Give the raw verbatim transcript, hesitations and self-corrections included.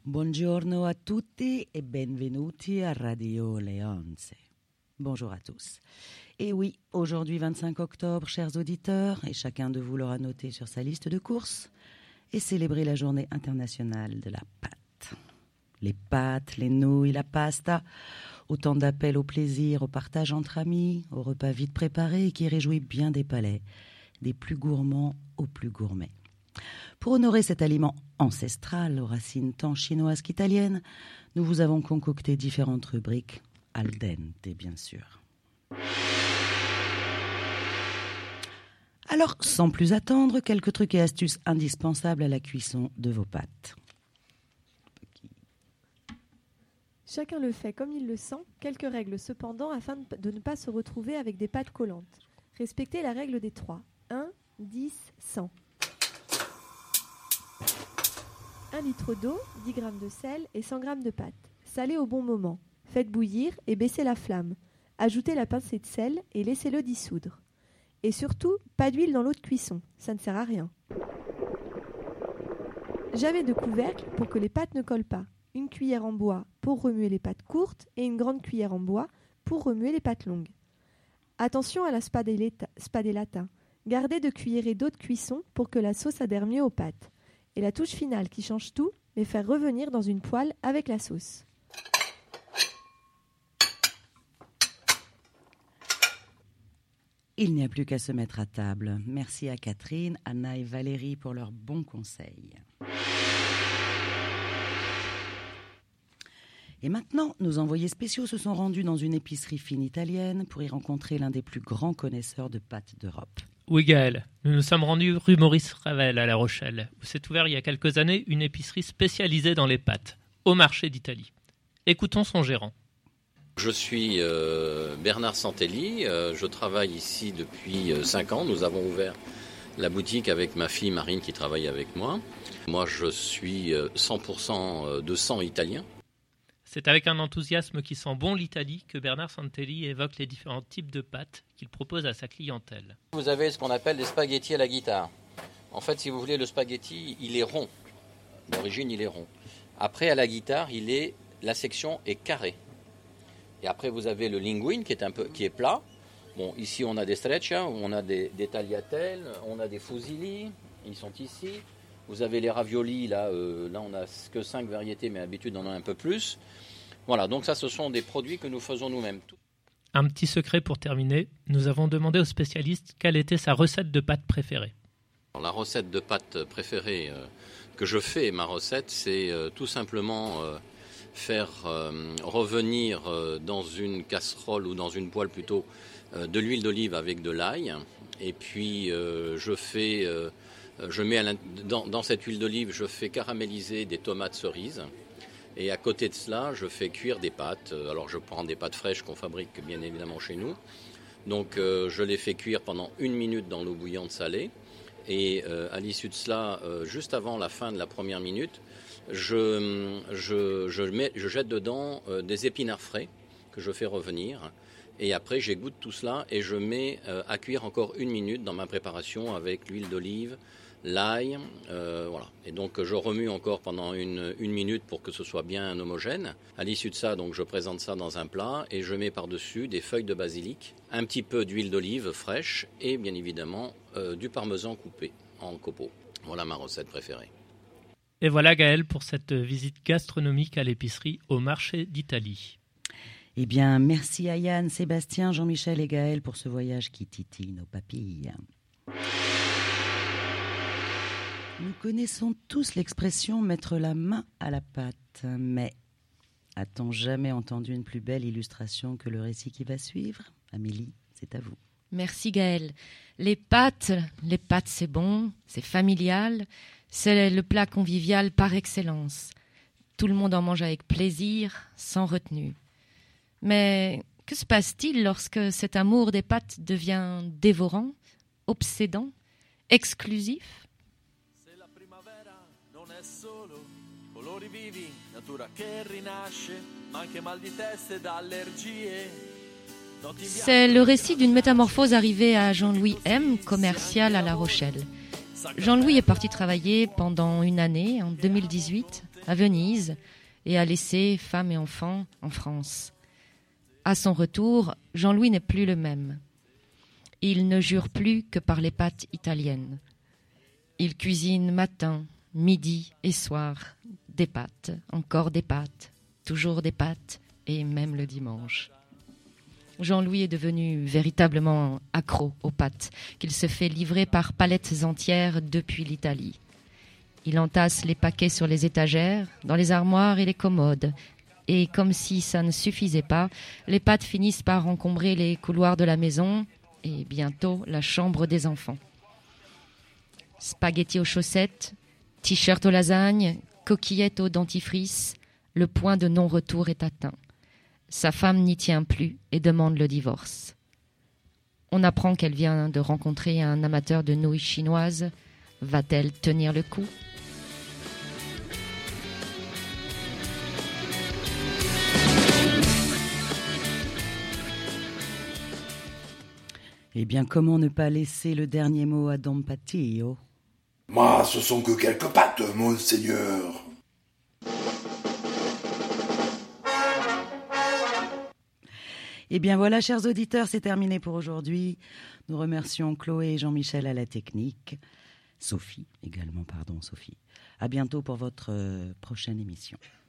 Buongiorno a tutti e benvenuti a Radio Leonce. Bonjour à tous. Et oui, aujourd'hui vingt-cinq octobre, chers auditeurs, et chacun de vous l'aura noté sur sa liste de courses, est célébrée la journée internationale de la pâte. Les pâtes, les nouilles, la pasta, autant d'appels au plaisir, au partage entre amis, au repas vite préparé et qui réjouit bien des palais, des plus gourmands aux plus gourmets. Pour honorer cet aliment ancestral aux racines tant chinoises qu'italiennes, nous vous avons concocté différentes rubriques, al dente bien sûr. Alors, sans plus attendre, quelques trucs et astuces indispensables à la cuisson de vos pâtes. Chacun le fait comme il le sent, quelques règles cependant afin de ne pas se retrouver avec des pâtes collantes. Respectez la règle des trois. un, dix, cent. un litre d'eau, dix grammes de sel et cent grammes de pâte. Salez au bon moment. Faites bouillir et baissez la flamme. Ajoutez la pincée de sel et laissez-le dissoudre. Et surtout, pas d'huile dans l'eau de cuisson, ça ne sert à rien. Jamais de couvercle pour que les pâtes ne collent pas. Une cuillère en bois pour remuer les pâtes courtes et une grande cuillère en bois pour remuer les pâtes longues. Attention à la spadellata. Gardez de cuillerées d'eau de cuisson pour que la sauce adhère mieux aux pâtes. Et la touche finale qui change tout, les faire revenir dans une poêle avec la sauce. Il n'y a plus qu'à se mettre à table. Merci à Catherine, Anna et Valérie pour leurs bons conseils. Et maintenant, nos envoyés spéciaux se sont rendus dans une épicerie fine italienne pour y rencontrer l'un des plus grands connaisseurs de pâtes d'Europe. Oui Gaël, nous nous sommes rendus rue Maurice Ravel à La Rochelle, où s'est ouvert il y a quelques années une épicerie spécialisée dans les pâtes, au marché d'Italie. Écoutons son gérant. Je suis euh, Bernard Santelli, euh, je travaille ici depuis euh, cinq ans. Nous avons ouvert la boutique avec ma fille Marine qui travaille avec moi. Moi je suis euh, cent pour cent de sang italien. C'est avec un enthousiasme qui sent bon l'Italie que Bernard Santelli évoque les différents types de pâtes qu'il propose à sa clientèle. Vous avez ce qu'on appelle des spaghettis à la guitare. En fait, si vous voulez, le spaghetti, il est rond. D'origine, il est rond. Après, à la guitare, il est, la section est carrée. Et après, vous avez le linguine qui est, un peu, qui est plat. Bon, ici, on a des streccia, on a des, des tagliatelles, on a des fusilli, ils sont ici. Vous avez les raviolis, là, euh, là on n'a que cinq variétés, mais d'habitude on en a un peu plus. Voilà, donc ça ce sont des produits que nous faisons nous-mêmes. Un petit secret pour terminer, nous avons demandé au spécialiste quelle était sa recette de pâtes préférée. Alors, la recette de pâtes préférée euh, que je fais, ma recette, c'est euh, tout simplement euh, faire euh, revenir euh, dans une casserole ou dans une poêle plutôt euh, de l'huile d'olive avec de l'ail. Et puis euh, je fais... Euh, Je mets à dans, dans cette huile d'olive, je fais caraméliser des tomates cerises. Et à côté de cela, je fais cuire des pâtes. Alors je prends des pâtes fraîches qu'on fabrique bien évidemment chez nous. Donc euh, je les fais cuire pendant une minute dans l'eau bouillante salée. Et euh, à l'issue de cela, euh, juste avant la fin de la première minute, je, je, je, mets, je jette dedans euh, des épinards frais que je fais revenir. Et après, j'égoutte tout cela et je mets euh, à cuire encore une minute dans ma préparation avec l'huile d'olive, l'ail, euh, voilà. Et donc je remue encore pendant une, une minute pour que ce soit bien homogène. À l'issue de ça, donc je présente ça dans un plat et je mets par-dessus des feuilles de basilic, un petit peu d'huile d'olive fraîche et bien évidemment euh, du parmesan coupé en copeaux. Voilà ma recette préférée. Et voilà Gaël pour cette visite gastronomique à l'épicerie au marché d'Italie. Eh bien, merci à Yann, Sébastien, Jean-Michel et Gaël pour ce voyage qui titille nos papilles. Nous connaissons tous l'expression « mettre la main à la pâte », mais a-t-on jamais entendu une plus belle illustration que le récit qui va suivre ? Amélie, c'est à vous. Merci Gaël. Les pâtes, les pâtes c'est bon, c'est familial, c'est le plat convivial par excellence. Tout le monde en mange avec plaisir, sans retenue. Mais que se passe-t-il lorsque cet amour des pâtes devient dévorant, obsédant, exclusif ? C'est le récit d'une métamorphose arrivée à Jean-Louis M, commercial à La Rochelle. Jean-Louis est parti travailler pendant une année, en deux mille dix-huit, à Venise et a laissé femme et enfants en France. À son retour, Jean-Louis n'est plus le même. Il ne jure plus que par les pâtes italiennes. Il cuisine matin, midi et soir des pâtes, encore des pâtes, toujours des pâtes et même le dimanche. Jean-Louis est devenu véritablement accro aux pâtes, qu'il se fait livrer par palettes entières depuis l'Italie. Il entasse les paquets sur les étagères, dans les armoires et les commodes. Et comme si ça ne suffisait pas, les pâtes finissent par encombrer les couloirs de la maison et bientôt la chambre des enfants. Spaghettis aux chaussettes, t-shirt aux lasagnes, coquillettes au dentifrice, le point de non-retour est atteint. Sa femme n'y tient plus et demande le divorce. On apprend qu'elle vient de rencontrer un amateur de nouilles chinoises. Va-t-elle tenir le coup ? Eh bien, comment ne pas laisser le dernier mot à Don Patillo ? Moi, ce sont que quelques pâtes, monseigneur. Eh bien voilà, chers auditeurs, c'est terminé pour aujourd'hui. Nous remercions Chloé et Jean-Michel à la technique. Sophie également, pardon, Sophie. À bientôt pour votre euh, prochaine émission.